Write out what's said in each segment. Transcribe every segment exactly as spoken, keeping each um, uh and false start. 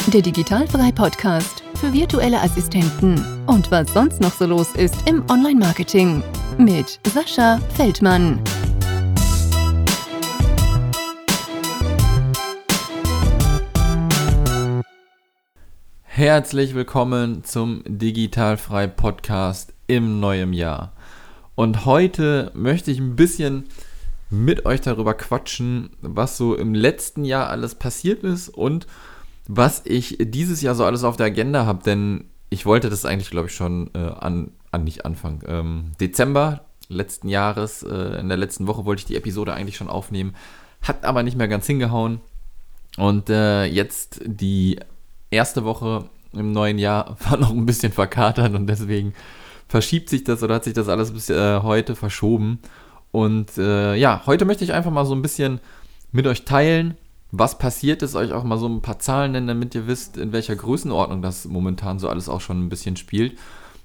der Digitalfrei-Podcast für virtuelle Assistenten und was sonst noch so los ist im Online-Marketing mit Sascha Feldmann. Herzlich willkommen zum Digitalfrei-Podcast im neuen Jahr. Und heute möchte ich ein bisschen mit euch darüber quatschen, was so im letzten Jahr alles passiert ist und was ich dieses Jahr so alles auf der Agenda habe. Denn ich wollte das eigentlich, glaube ich, schon äh, an, an nicht Anfang ähm, Dezember letzten Jahres, äh, in der letzten Woche wollte ich die Episode eigentlich schon aufnehmen, hat aber nicht mehr ganz hingehauen. Und äh, jetzt die erste Woche im neuen Jahr war noch ein bisschen verkatert und deswegen verschiebt sich das oder hat sich das alles bis äh, heute verschoben. Und äh, ja, heute möchte ich einfach mal so ein bisschen mit euch teilen, was passiert ist, euch auch mal so ein paar Zahlen nennen, damit ihr wisst, in welcher Größenordnung das momentan so alles auch schon ein bisschen spielt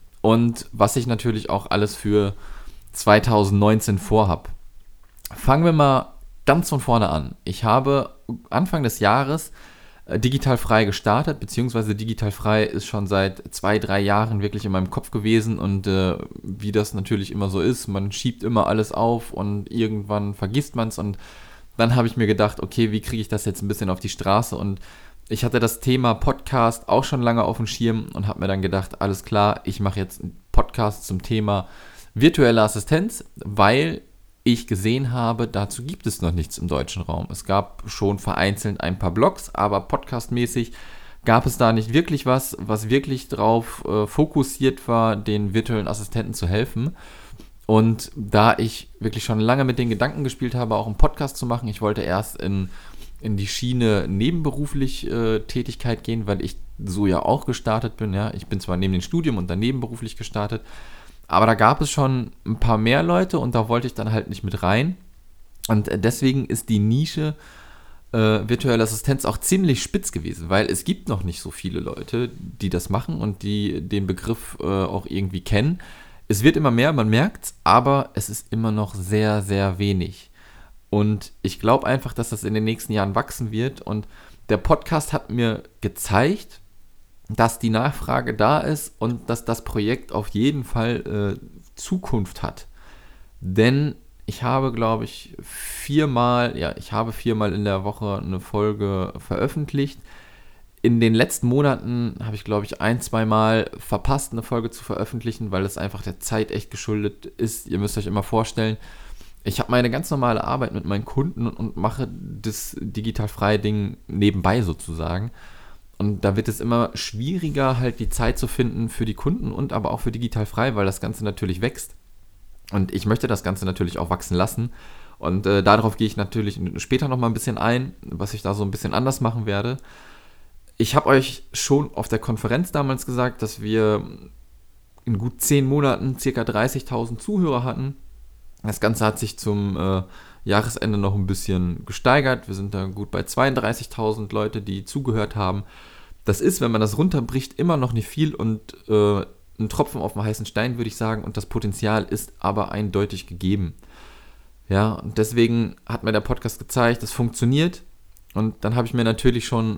und was ich natürlich auch alles für zwanzig neunzehn vorhab. Fangen wir mal ganz von vorne an. Ich habe Anfang des Jahres Digitalfrei gestartet, beziehungsweise Digitalfrei ist schon seit zwei, drei Jahren wirklich in meinem Kopf gewesen und äh, wie das natürlich immer so ist, man schiebt immer alles auf und irgendwann vergisst man es und dann habe ich mir gedacht, okay, wie kriege ich das jetzt ein bisschen auf die Straße und ich hatte das Thema Podcast auch schon lange auf dem Schirm und habe mir dann gedacht, alles klar, ich mache jetzt einen Podcast zum Thema virtuelle Assistenz, weil ich gesehen habe, dazu gibt es noch nichts im deutschen Raum. Es gab schon vereinzelt ein paar Blogs, aber podcastmäßig gab es da nicht wirklich was, was wirklich darauf äh, fokussiert war, den virtuellen Assistenten zu helfen. Und da ich wirklich schon lange mit den Gedanken gespielt habe, auch einen Podcast zu machen, ich wollte erst in, in die Schiene nebenberuflich äh, Tätigkeit gehen, weil ich so ja auch gestartet bin. Ja, ich bin zwar neben dem Studium und dann nebenberuflich gestartet, aber da gab es schon ein paar mehr Leute und da wollte ich dann halt nicht mit rein. Und deswegen ist die Nische äh, virtuelle Assistenz auch ziemlich spitz gewesen, weil es gibt noch nicht so viele Leute, die das machen und die den Begriff äh, auch irgendwie kennen. Es wird immer mehr, man merkt's, aber es ist immer noch sehr, sehr wenig. Und ich glaube einfach, dass das in den nächsten Jahren wachsen wird. Und der Podcast hat mir gezeigt, dass die Nachfrage da ist und dass das Projekt auf jeden Fall äh, Zukunft hat. Denn ich habe, glaube ich, viermal, ja, ich habe viermal in der Woche eine Folge veröffentlicht. In den letzten Monaten habe ich, glaube ich, ein, zwei Mal verpasst, eine Folge zu veröffentlichen, weil es einfach der Zeit echt geschuldet ist. Ihr müsst euch immer vorstellen, ich habe meine ganz normale Arbeit mit meinen Kunden und mache das digitalfreie Ding nebenbei sozusagen. Und da wird es immer schwieriger, halt die Zeit zu finden für die Kunden und aber auch für digitalfrei, weil das Ganze natürlich wächst. Und ich möchte das Ganze natürlich auch wachsen lassen. Und äh, darauf gehe ich natürlich später nochmal ein bisschen ein, was ich da so ein bisschen anders machen werde. Ich habe euch schon auf der Konferenz damals gesagt, dass wir in gut zehn Monaten ca. dreißigtausend Zuhörer hatten. Das Ganze hat sich zum äh, Jahresende noch ein bisschen gesteigert. Wir sind da gut bei zweiunddreißigtausend Leute, die zugehört haben. Das ist, wenn man das runterbricht, immer noch nicht viel und äh, ein Tropfen auf dem heißen Stein, würde ich sagen. Und das Potenzial ist aber eindeutig gegeben. Ja, und deswegen hat mir der Podcast gezeigt, das funktioniert. Und dann habe ich mir natürlich schon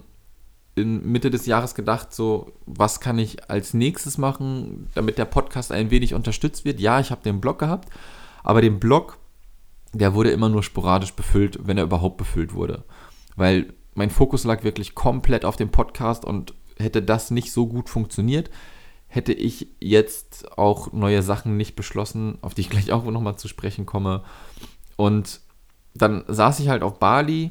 in Mitte des Jahres gedacht, so, was kann ich als nächstes machen, damit der Podcast ein wenig unterstützt wird. Ja, ich habe den Blog gehabt, aber den Blog, der wurde immer nur sporadisch befüllt, wenn er überhaupt befüllt wurde. Weil mein Fokus lag wirklich komplett auf dem Podcast und hätte das nicht so gut funktioniert, hätte ich jetzt auch neue Sachen nicht beschlossen, auf die ich gleich auch nochmal zu sprechen komme. Und dann saß ich halt auf Bali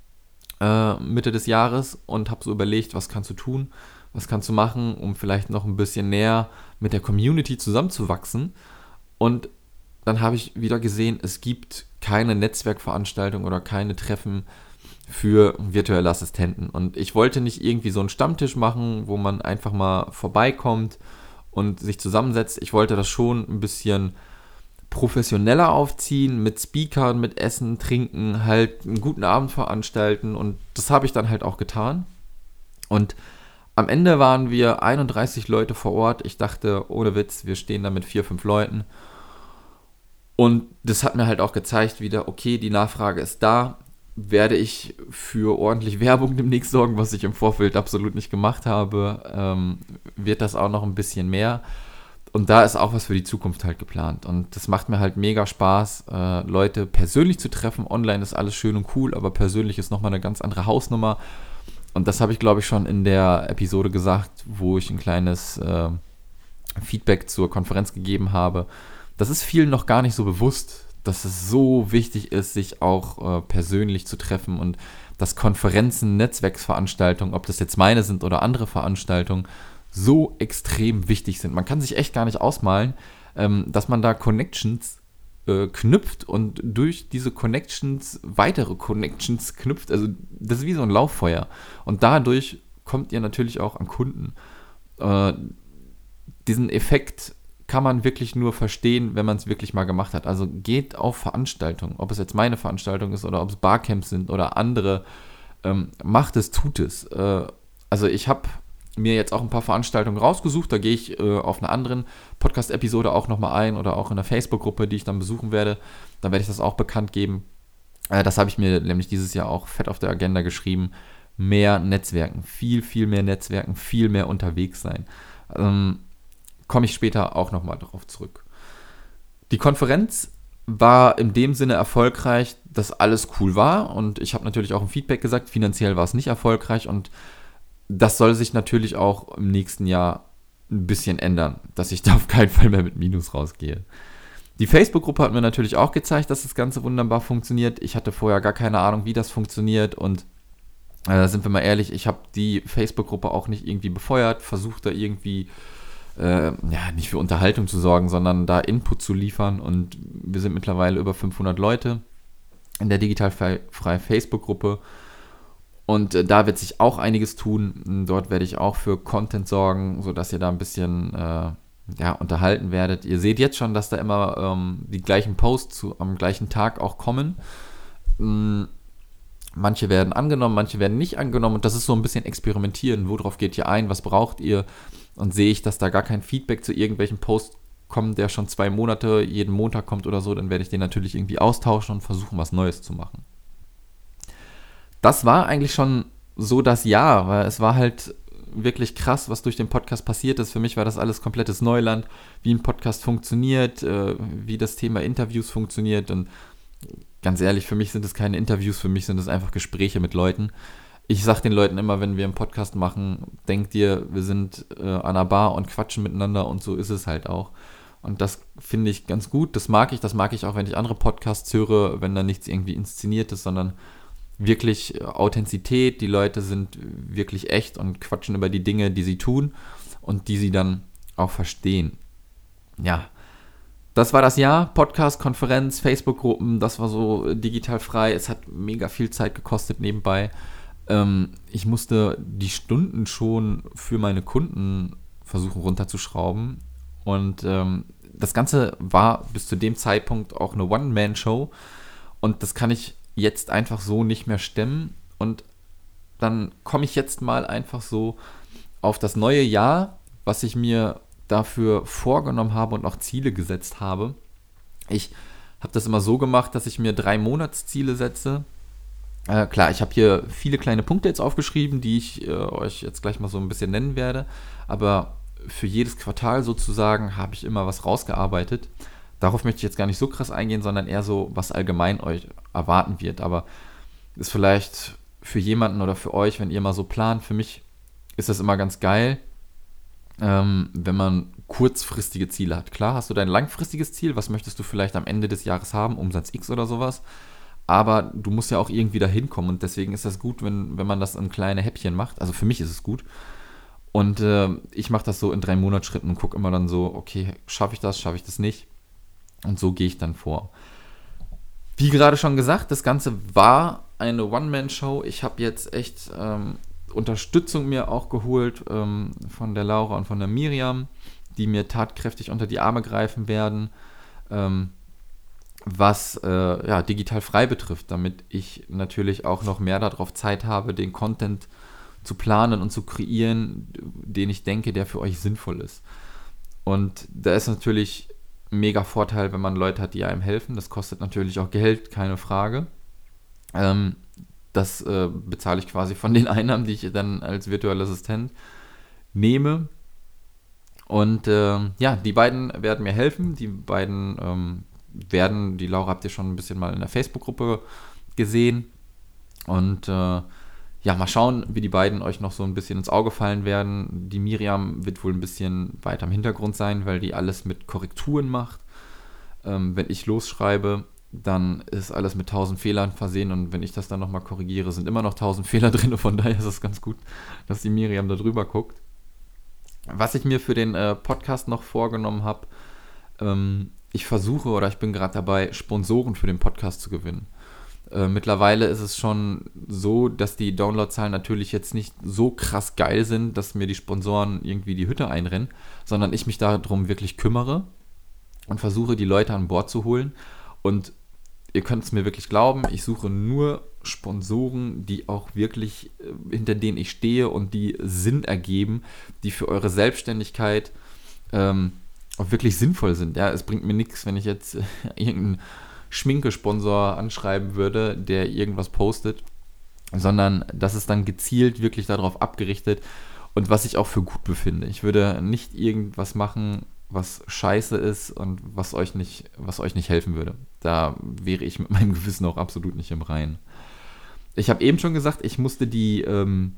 äh, Mitte des Jahres und habe so überlegt, was kannst du tun, was kannst du machen, um vielleicht noch ein bisschen näher mit der Community zusammenzuwachsen. Und dann habe ich wieder gesehen, es gibt keine Netzwerkveranstaltung oder keine Treffen für virtuelle Assistenten. Und ich wollte nicht irgendwie so einen Stammtisch machen, wo man einfach mal vorbeikommt und sich zusammensetzt. Ich wollte das schon ein bisschen professioneller aufziehen, mit Speakern, mit Essen, Trinken, halt einen guten Abend veranstalten. Und das habe ich dann halt auch getan. Und am Ende waren wir einunddreißig Leute vor Ort. Ich dachte, ohne Witz, wir stehen da mit vier, fünf Leuten. Und das hat mir halt auch gezeigt wieder, okay, die Nachfrage ist da. werde ich für ordentlich Werbung demnächst sorgen, was ich im Vorfeld absolut nicht gemacht habe. Ähm, wird das auch noch ein bisschen mehr. Und da ist auch was für die Zukunft halt geplant. Und das macht mir halt mega Spaß, äh, Leute persönlich zu treffen. Online ist alles schön und cool, aber persönlich ist nochmal eine ganz andere Hausnummer. Und das habe ich, glaube ich, schon in der Episode gesagt, wo ich ein kleines äh, Feedback zur Konferenz gegeben habe. Das ist vielen noch gar nicht so bewusst, dass es so wichtig ist, sich auch äh, persönlich zu treffen und dass Konferenzen, Netzwerksveranstaltungen, ob das jetzt meine sind oder andere Veranstaltungen, so extrem wichtig sind. Man kann sich echt gar nicht ausmalen, ähm, dass man da Connections äh, knüpft und durch diese Connections weitere Connections knüpft. Also das ist wie so ein Lauffeuer. Und dadurch kommt ihr natürlich auch an Kunden. Äh, diesen Effekt kann man wirklich nur verstehen, wenn man es wirklich mal gemacht hat. Also geht auf Veranstaltungen, ob es jetzt meine Veranstaltung ist oder ob es Barcamps sind oder andere. Ähm, macht es, tut es. Äh, also ich habe mir jetzt auch ein paar Veranstaltungen rausgesucht, da gehe ich äh, auf einer anderen Podcast-Episode auch nochmal ein oder auch in einer Facebook-Gruppe, die ich dann besuchen werde, dann werde ich das auch bekannt geben. Äh, das habe ich mir nämlich dieses Jahr auch fett auf der Agenda geschrieben, mehr Netzwerken, viel, viel mehr Netzwerken, viel mehr unterwegs sein. Ähm, komme ich später auch nochmal darauf zurück. Die Konferenz war in dem Sinne erfolgreich, dass alles cool war und ich habe natürlich auch im Feedback gesagt, finanziell war es nicht erfolgreich und das soll sich natürlich auch im nächsten Jahr ein bisschen ändern, dass ich da auf keinen Fall mehr mit Minus rausgehe. Die Facebook-Gruppe hat mir natürlich auch gezeigt, dass das Ganze wunderbar funktioniert. Ich hatte vorher gar keine Ahnung, wie das funktioniert und äh, sind wir mal ehrlich, ich habe die Facebook-Gruppe auch nicht irgendwie befeuert, versucht da irgendwie, äh, ja, nicht für Unterhaltung zu sorgen, sondern da Input zu liefern und wir sind mittlerweile über fünfhundert Leute in der digitalfreie Facebook-Gruppe. Und äh, da wird sich auch einiges tun. Dort werde ich auch für Content sorgen, sodass ihr da ein bisschen äh, ja, unterhalten werdet. Ihr seht jetzt schon, dass da immer ähm, die gleichen Posts zu, am gleichen Tag auch kommen. Ähm, manche werden angenommen, manche werden nicht angenommen. Und das ist so ein bisschen experimentieren. Worauf geht ihr ein? Was braucht ihr? Und sehe ich, dass da gar kein Feedback zu irgendwelchen Posts kommt, der schon zwei Monate jeden Montag kommt oder so, dann werde ich den natürlich irgendwie austauschen und versuchen, was Neues zu machen. Das war eigentlich schon so das Jahr, weil es war halt wirklich krass, was durch den Podcast passiert ist. Für mich war das alles komplettes Neuland, wie ein Podcast funktioniert, äh, wie das Thema Interviews funktioniert. Und ganz ehrlich, für mich sind es keine Interviews, für mich sind es einfach Gespräche mit Leuten. Ich sage den Leuten immer, wenn wir einen Podcast machen, denkt ihr, wir sind äh, an einer Bar und quatschen miteinander und so ist es halt auch. Und das finde ich ganz gut, das mag ich, das mag ich auch, wenn ich andere Podcasts höre, wenn da nichts irgendwie inszeniert ist, sondern wirklich Authentizität, die Leute sind wirklich echt und quatschen über die Dinge, die sie tun und die sie dann auch verstehen. Ja, das war das Jahr, Podcast, Konferenz, Facebook-Gruppen, das war so digital frei, es hat mega viel Zeit gekostet nebenbei. Ähm, ich musste die Stunden schon für meine Kunden versuchen runterzuschrauben und ähm, das Ganze war bis zu dem Zeitpunkt auch eine One-Man-Show und das kann ich jetzt einfach so nicht mehr stemmen und dann komme ich jetzt mal einfach so auf das neue Jahr, was ich mir dafür vorgenommen habe und auch Ziele gesetzt habe. Ich habe das immer so gemacht, dass ich mir drei Monatsziele setze. Äh, klar, ich habe hier viele kleine Punkte jetzt aufgeschrieben, die ich äh, euch jetzt gleich mal so ein bisschen nennen werde, aber für jedes Quartal sozusagen habe ich immer was rausgearbeitet. Darauf möchte ich jetzt gar nicht so krass eingehen, sondern eher so, was allgemein euch erwarten wird. Aber ist vielleicht für jemanden oder für euch, wenn ihr mal so plant, für mich ist das immer ganz geil, ähm, wenn man kurzfristige Ziele hat. Klar, hast du dein langfristiges Ziel, was möchtest du vielleicht am Ende des Jahres haben, Umsatz X oder sowas. Aber du musst ja auch irgendwie da hinkommen und deswegen ist das gut, wenn, wenn man das in kleine Häppchen macht. Also für mich ist es gut. Und äh, ich mache das so in drei Monatsschritten und gucke immer dann so, okay, schaffe ich das, schaffe ich das nicht? Und so gehe ich dann vor. Wie gerade schon gesagt, das Ganze war eine One-Man-Show. Ich habe jetzt echt ähm, Unterstützung mir auch geholt ähm, von der Laura und von der Miriam, die mir tatkräftig unter die Arme greifen werden, ähm, was äh, ja, digital frei betrifft, damit ich natürlich auch noch mehr darauf Zeit habe, den Content zu planen und zu kreieren, den ich denke, der für euch sinnvoll ist. Und da ist natürlich mega Vorteil, wenn man Leute hat, die einem helfen. Das kostet natürlich auch Geld, keine Frage. Ähm, Das äh, bezahle ich quasi von den Einnahmen, die ich dann als virtueller Assistent nehme. Und äh, ja, die beiden werden mir helfen. Die beiden ähm, werden, die Laura habt ihr schon ein bisschen mal in der Facebook-Gruppe gesehen. Und äh, ja, mal schauen, wie die beiden euch noch so ein bisschen ins Auge fallen werden. Die Miriam wird wohl ein bisschen weiter im Hintergrund sein, weil die alles mit Korrekturen macht. Ähm, wenn ich losschreibe, dann ist alles mit tausend Fehlern versehen und wenn ich das dann nochmal korrigiere, sind immer noch tausend Fehler drin. Von daher ist es ganz gut, dass die Miriam da drüber guckt. Was ich mir für den äh, Podcast noch vorgenommen habe, ähm, ich versuche oder ich bin gerade dabei, Sponsoren für den Podcast zu gewinnen. Äh, mittlerweile ist es schon so, dass die Downloadzahlen natürlich jetzt nicht so krass geil sind, dass mir die Sponsoren irgendwie die Hütte einrennen, sondern ich mich darum wirklich kümmere und versuche, die Leute an Bord zu holen. Und ihr könnt es mir wirklich glauben, ich suche nur Sponsoren, die auch wirklich, äh, hinter denen ich stehe und die Sinn ergeben, die für eure Selbstständigkeit ähm, auch wirklich sinnvoll sind. Ja, es bringt mir nichts, wenn ich jetzt äh, irgendeinen Schminkesponsor anschreiben würde, der irgendwas postet, sondern das ist dann gezielt wirklich darauf abgerichtet und was ich auch für gut befinde. Ich würde nicht irgendwas machen, was scheiße ist und was euch nicht, was euch nicht helfen würde. Da wäre ich mit meinem Gewissen auch absolut nicht im Reinen. Ich habe eben schon gesagt, ich musste die, ähm,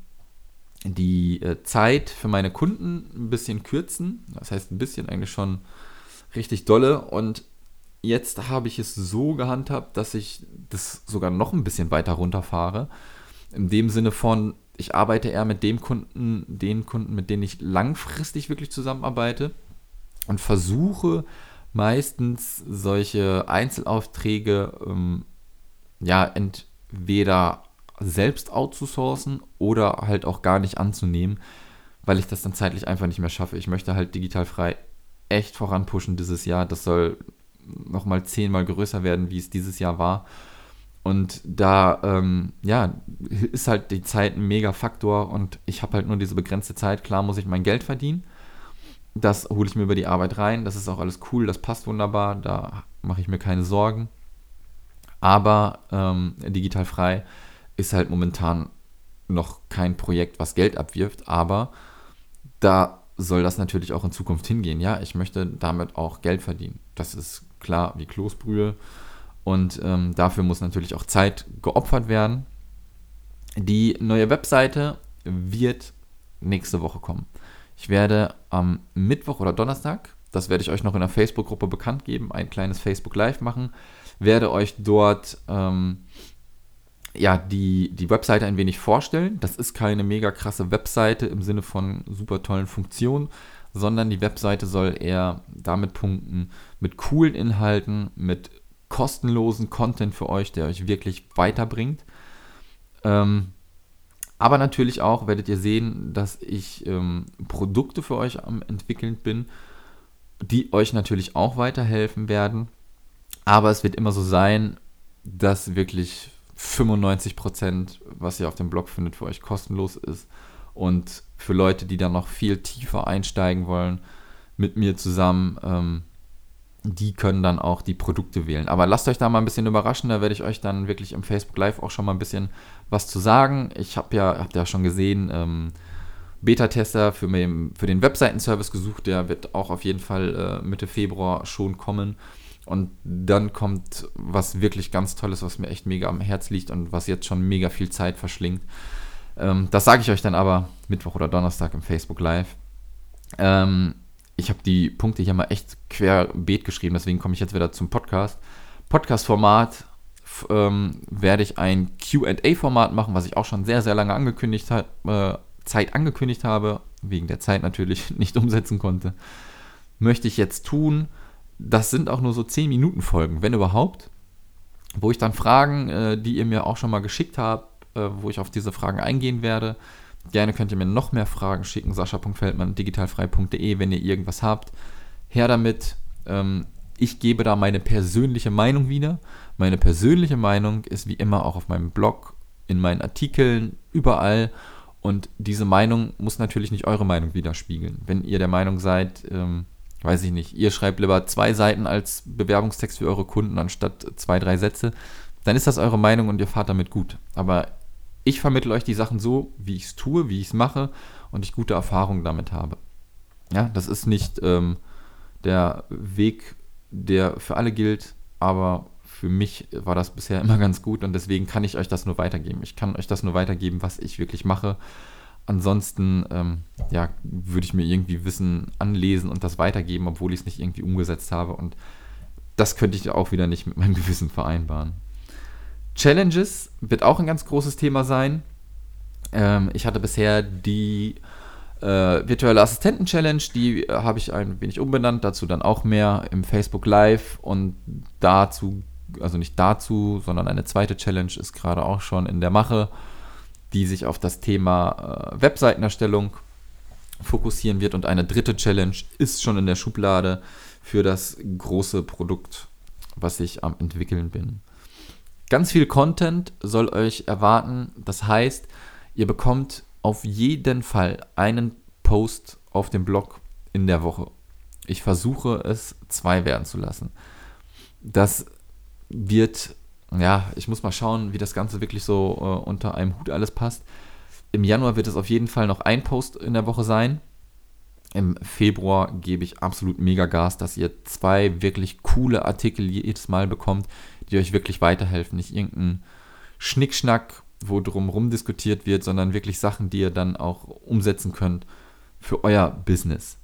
die äh, Zeit für meine Kunden ein bisschen kürzen. Das heißt ein bisschen, eigentlich schon richtig dolle. Und jetzt habe ich es so gehandhabt, dass ich das sogar noch ein bisschen weiter runterfahre. In dem Sinne von, ich arbeite eher mit dem Kunden, den Kunden, mit denen ich langfristig wirklich zusammenarbeite und versuche meistens solche Einzelaufträge ähm, ja entweder selbst outzusourcen oder halt auch gar nicht anzunehmen, weil ich das dann zeitlich einfach nicht mehr schaffe. Ich möchte halt digital frei echt voranpushen dieses Jahr. Das soll nochmal zehnmal größer werden, wie es dieses Jahr war. Und da, ähm, ja, ist halt die Zeit ein mega Faktor und ich habe halt nur diese begrenzte Zeit. Klar muss ich mein Geld verdienen. Das hole ich mir über die Arbeit rein. Das ist auch alles cool, das passt wunderbar. Da mache ich mir keine Sorgen. Aber ähm, digital frei ist halt momentan noch kein Projekt, was Geld abwirft. Aber da soll das natürlich auch in Zukunft hingehen. Ja, ich möchte damit auch Geld verdienen. Das ist klar wie Kloßbrühe. Und ähm, dafür muss natürlich auch Zeit geopfert werden. Die neue Webseite wird nächste Woche kommen. Ich werde am Mittwoch oder Donnerstag, das werde ich euch noch in der Facebook-Gruppe bekannt geben, ein kleines Facebook Live machen, werde euch dort ähm, ja, die, die Webseite ein wenig vorstellen. Das ist keine mega krasse Webseite im Sinne von super tollen Funktionen, sondern die Webseite soll eher damit punkten, mit coolen Inhalten, mit kostenlosen Content für euch, der euch wirklich weiterbringt. Ähm, aber natürlich auch werdet ihr sehen, dass ich ähm, Produkte für euch am entwickeln bin, die euch natürlich auch weiterhelfen werden. Aber es wird immer so sein, dass wirklich fünfundneunzig Prozent, was ihr auf dem Blog findet, für euch kostenlos ist. Und für Leute, die dann noch viel tiefer einsteigen wollen, mit mir zusammen, ähm, die können dann auch die Produkte wählen. Aber lasst euch da mal ein bisschen überraschen, da werde ich euch dann wirklich im Facebook Live auch schon mal ein bisschen was zu sagen. Ich habe ja, habt ja schon gesehen, ähm, Beta-Tester für, für den Webseitenservice gesucht, der wird auch auf jeden Fall äh, Mitte Februar schon kommen. Und dann kommt was wirklich ganz Tolles, was mir echt mega am Herz liegt und was jetzt schon mega viel Zeit verschlingt. Ähm, das sage ich euch dann aber Mittwoch oder Donnerstag im Facebook Live. Ähm, ich habe die Punkte hier mal echt querbeet geschrieben, deswegen komme ich jetzt wieder zum Podcast. Podcast-Format f- ähm, werde ich ein Q and A-Format machen, was ich auch schon sehr, sehr lange angekündigt habe, äh, Zeit angekündigt habe, wegen der Zeit natürlich nicht umsetzen konnte. Möchte ich jetzt tun. Das sind auch nur so zehn Minuten Folgen, wenn überhaupt, wo ich dann Fragen, äh, die ihr mir auch schon mal geschickt habt, äh, wo ich auf diese Fragen eingehen werde. Gerne könnt ihr mir noch mehr Fragen schicken, sascha punkt feldmann at digitalfrei punkt de, wenn ihr irgendwas habt. Her damit. Ähm, ich gebe da meine persönliche Meinung wieder. Meine persönliche Meinung ist wie immer auch auf meinem Blog, in meinen Artikeln, überall. Und diese Meinung muss natürlich nicht eure Meinung widerspiegeln. Wenn ihr der Meinung seid, ähm, weiß ich nicht, ihr schreibt lieber zwei Seiten als Bewerbungstext für eure Kunden anstatt zwei, drei Sätze, dann ist das eure Meinung und ihr fahrt damit gut. Aber Ich vermittle euch die Sachen so, wie ich es tue, wie ich es mache und ich gute Erfahrungen damit habe. Ja, das ist nicht ähm, der Weg, der für alle gilt, aber für mich war das bisher immer ganz gut und deswegen kann ich euch das nur weitergeben. Ich kann euch das nur weitergeben, was ich wirklich mache. Ansonsten ähm, ja, würde ich mir irgendwie Wissen anlesen und das weitergeben, obwohl ich es nicht irgendwie umgesetzt habe und das könnte ich auch wieder nicht mit meinem Gewissen vereinbaren. Challenges wird auch ein ganz großes Thema sein. Ähm, ich hatte bisher die äh, virtuelle Assistenten-Challenge, die äh, habe ich ein wenig umbenannt, dazu dann auch mehr im Facebook Live und dazu, also nicht dazu, sondern eine zweite Challenge ist gerade auch schon in der Mache, die sich auf das Thema äh, Webseitenerstellung fokussieren wird und eine dritte Challenge ist schon in der Schublade für das große Produkt, was ich am entwickeln bin. Ganz viel Content soll euch erwarten, das heißt, ihr bekommt auf jeden Fall einen Post auf dem Blog in der Woche. Ich versuche es zwei werden zu lassen. Das wird, ja, ich muss mal schauen, wie das Ganze wirklich so äh, unter einem Hut alles passt. Im Januar wird es auf jeden Fall noch ein Post in der Woche sein. Im Februar gebe ich absolut mega Gas, dass ihr zwei wirklich coole Artikel jedes Mal bekommt, die euch wirklich weiterhelfen. Nicht irgendein Schnickschnack, wo drumherum diskutiert wird, sondern wirklich Sachen, die ihr dann auch umsetzen könnt für euer Business.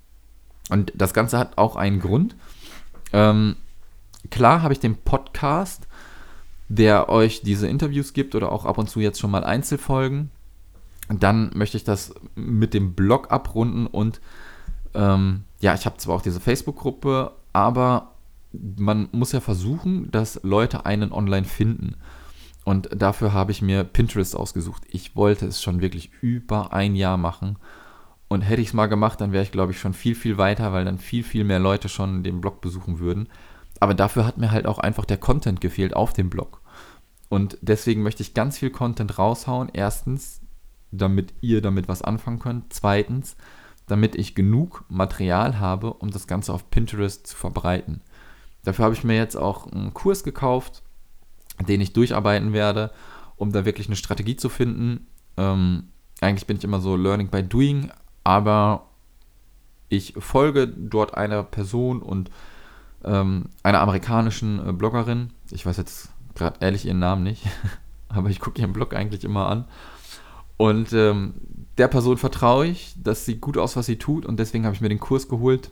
Und das Ganze hat auch einen Grund. Ähm, klar habe ich den Podcast, der euch diese Interviews gibt oder auch ab und zu jetzt schon mal Einzelfolgen. Dann möchte ich das mit dem Blog abrunden und ähm, ja, ich habe zwar auch diese Facebook-Gruppe, aber man muss ja versuchen, dass Leute einen online finden. Und dafür habe ich mir Pinterest ausgesucht. Ich wollte es schon wirklich über ein Jahr machen. Und hätte ich es mal gemacht, dann wäre ich, glaube ich, schon viel, viel weiter, weil dann viel, viel mehr Leute schon den Blog besuchen würden. Aber dafür hat mir halt auch einfach der Content gefehlt auf dem Blog. Und deswegen möchte ich ganz viel Content raushauen. Erstens, damit ihr damit was anfangen könnt. Zweitens, damit ich genug Material habe, um das Ganze auf Pinterest zu verbreiten. Dafür habe ich mir jetzt auch einen Kurs gekauft, den ich durcharbeiten werde, um da wirklich eine Strategie zu finden. Ähm, eigentlich bin ich immer so Learning by Doing, aber ich folge dort einer Person und ähm, einer amerikanischen äh, Bloggerin. Ich weiß jetzt gerade ehrlich ihren Namen nicht, aber ich gucke ihren Blog eigentlich immer an. Und ähm, der Person vertraue ich, das sieht gut aus, was sie tut und deswegen habe ich mir den Kurs geholt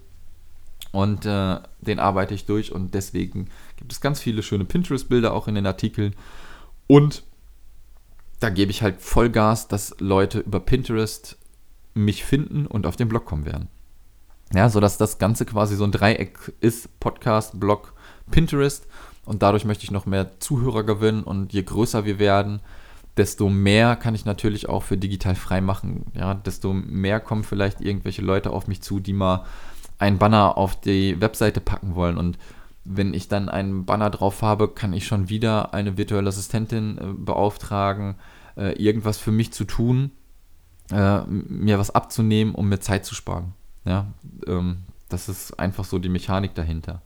und äh, den arbeite ich durch und deswegen gibt es ganz viele schöne Pinterest-Bilder auch in den Artikeln und da gebe ich halt Vollgas, dass Leute über Pinterest mich finden und auf den Blog kommen werden. Ja, sodass das Ganze quasi so ein Dreieck ist, Podcast, Blog, Pinterest und dadurch möchte ich noch mehr Zuhörer gewinnen und je größer wir werden, desto mehr kann ich natürlich auch für digital frei machen. Ja, desto mehr kommen vielleicht irgendwelche Leute auf mich zu, die mal einen Banner auf die Webseite packen wollen. Und wenn ich dann einen Banner drauf habe, kann ich schon wieder eine virtuelle Assistentin äh, beauftragen, äh, irgendwas für mich zu tun, äh, mir was abzunehmen, um mir Zeit zu sparen. Ja, ähm, das ist einfach so die Mechanik dahinter.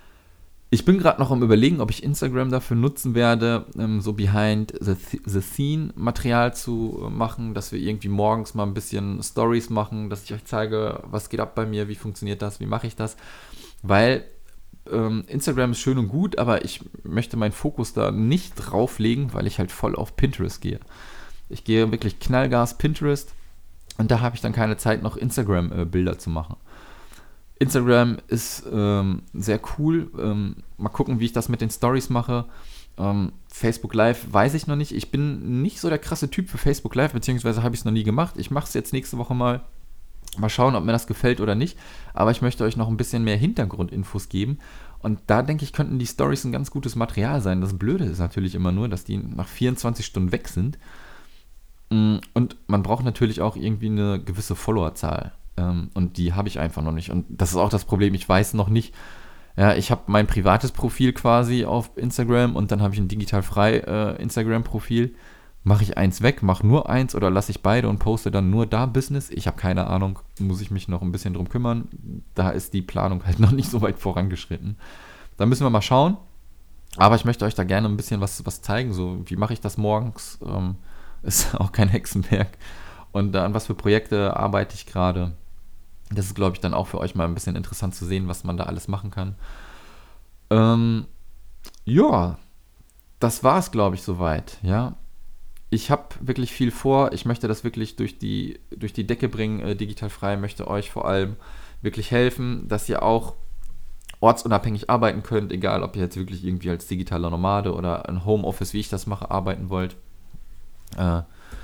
Ich bin gerade noch am Überlegen, ob ich Instagram dafür nutzen werde, ähm, so behind the, the scene Material zu äh, machen, dass wir irgendwie morgens mal ein bisschen Stories machen, dass ich euch zeige, was geht ab bei mir, wie funktioniert das, wie mache ich das, weil ähm, Instagram ist schön und gut, aber ich möchte meinen Fokus da nicht drauf legen, weil ich halt voll auf Pinterest gehe. Ich gehe wirklich Knallgas Pinterest und da habe ich dann keine Zeit, noch Instagram-Bilder äh, zu machen. Instagram ist ähm, sehr cool. Ähm, mal gucken, wie ich das mit den Stories mache. Ähm, Facebook Live weiß ich noch nicht. Ich bin nicht so der krasse Typ für Facebook Live, beziehungsweise habe ich es noch nie gemacht. Ich mache es jetzt nächste Woche mal. Mal schauen, ob mir das gefällt oder nicht. Aber ich möchte euch noch ein bisschen mehr Hintergrundinfos geben. Und da denke ich, könnten die Stories ein ganz gutes Material sein. Das Blöde ist natürlich immer nur, dass die nach vierundzwanzig Stunden weg sind. Und man braucht natürlich auch irgendwie eine gewisse Followerzahl. Und die habe ich einfach noch nicht. Und das ist auch das Problem. Ich weiß noch nicht. Ja, ich habe mein privates Profil quasi auf Instagram und dann habe ich ein digital frei äh, Instagram-Profil. Mache ich eins weg, mache nur eins oder lasse ich beide und poste dann nur da Business? Ich habe keine Ahnung. Muss ich mich noch ein bisschen drum kümmern. Da ist die Planung halt noch nicht so weit vorangeschritten. Da müssen wir mal schauen. Aber ich möchte euch da gerne ein bisschen was, was zeigen. So, wie mache ich das morgens? Ähm, ist auch kein Hexenwerk. Und an was für Projekte arbeite ich gerade. Das ist, glaube ich, dann auch für euch mal ein bisschen interessant zu sehen, was man da alles machen kann. Ähm, ja, das war es, glaube ich, soweit. Ja, ich habe wirklich viel vor. Ich möchte das wirklich durch die, durch die Decke bringen, äh, digital frei. Möchte euch vor allem wirklich helfen, dass ihr auch ortsunabhängig arbeiten könnt, egal ob ihr jetzt wirklich irgendwie als digitaler Nomade oder ein Homeoffice, wie ich das mache, arbeiten wollt. Äh,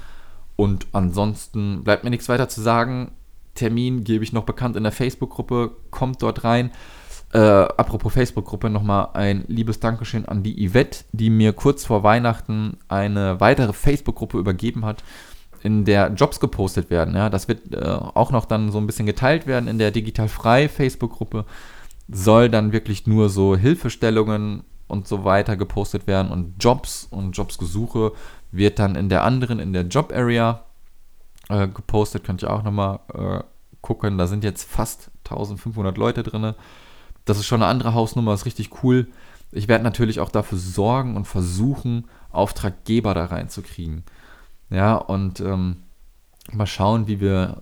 und ansonsten bleibt mir nichts weiter zu sagen. Termin gebe ich noch bekannt in der Facebook-Gruppe, kommt dort rein. Äh, apropos Facebook-Gruppe, nochmal ein liebes Dankeschön an die Yvette, die mir kurz vor Weihnachten eine weitere Facebook-Gruppe übergeben hat, in der Jobs gepostet werden. Ja, das wird äh, auch noch dann so ein bisschen geteilt werden in der digital frei Facebook-Gruppe. Soll dann wirklich nur so Hilfestellungen und so weiter gepostet werden und Jobs und Jobsgesuche wird dann in der anderen, in der Job-Area äh, gepostet. Könnt ihr auch nochmal äh, gucken. Da sind jetzt fast eintausendfünfhundert Leute drin. Das ist schon eine andere Hausnummer, ist richtig cool. Ich werde natürlich auch dafür sorgen und versuchen, Auftraggeber da reinzukriegen. Ja, und ähm, mal schauen, wie wir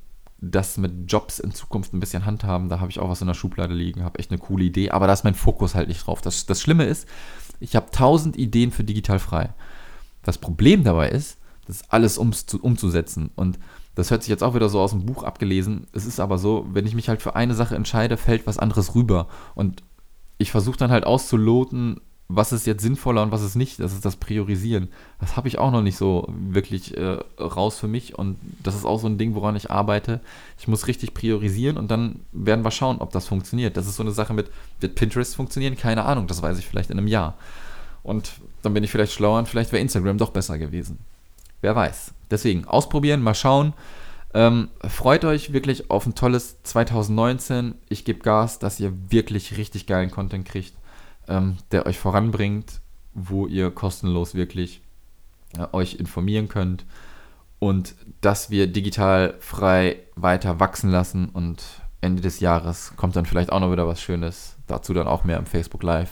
das mit Jobs in Zukunft ein bisschen handhaben. Da habe ich auch was in der Schublade liegen, habe echt eine coole Idee, aber da ist mein Fokus halt nicht drauf. Das, das Schlimme ist, ich habe tausend Ideen für digital frei. Das Problem dabei ist, das alles um, umzusetzen. Und das hört sich jetzt auch wieder so aus dem Buch abgelesen. Es ist aber so, wenn ich mich halt für eine Sache entscheide, fällt was anderes rüber. Und ich versuche dann halt auszuloten, was ist jetzt sinnvoller und was ist nicht. Das ist das Priorisieren. Das habe ich auch noch nicht so wirklich äh, raus für mich. Und das ist auch so ein Ding, woran ich arbeite. Ich muss richtig priorisieren und dann werden wir schauen, ob das funktioniert. Das ist so eine Sache mit, wird Pinterest funktionieren? Keine Ahnung, das weiß ich vielleicht in einem Jahr. Und dann bin ich vielleicht schlauer und vielleicht wäre Instagram doch besser gewesen. Wer weiß. Deswegen ausprobieren, mal schauen. Ähm, freut euch wirklich auf ein tolles zwanzig neunzehn. Ich gebe Gas, dass ihr wirklich richtig geilen Content kriegt, ähm, der euch voranbringt, wo ihr kostenlos wirklich äh, euch informieren könnt und dass wir digital frei weiter wachsen lassen und Ende des Jahres kommt dann vielleicht auch noch wieder was Schönes. Dazu dann auch mehr im Facebook Live.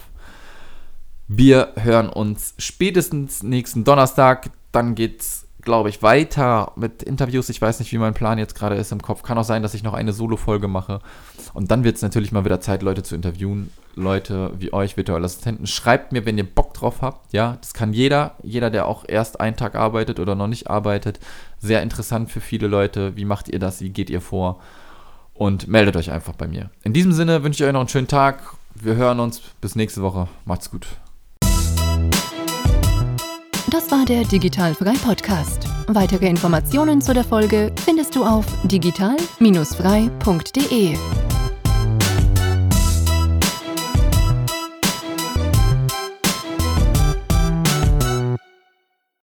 Wir hören uns spätestens nächsten Donnerstag. Dann geht's, glaube ich, weiter mit Interviews. Ich weiß nicht, wie mein Plan jetzt gerade ist im Kopf. Kann auch sein, dass ich noch eine Solo-Folge mache. Und dann wird es natürlich mal wieder Zeit, Leute zu interviewen. Leute wie euch, virtuelle Assistenten. Schreibt mir, wenn ihr Bock drauf habt. Ja, das kann jeder. Jeder, der auch erst einen Tag arbeitet oder noch nicht arbeitet. Sehr interessant für viele Leute. Wie macht ihr das? Wie geht ihr vor? Und meldet euch einfach bei mir. In diesem Sinne wünsche ich euch noch einen schönen Tag. Wir hören uns. Bis nächste Woche. Macht's gut. Das war der Digital Frei Podcast. Weitere Informationen zu der Folge findest du auf digital frei punkt de.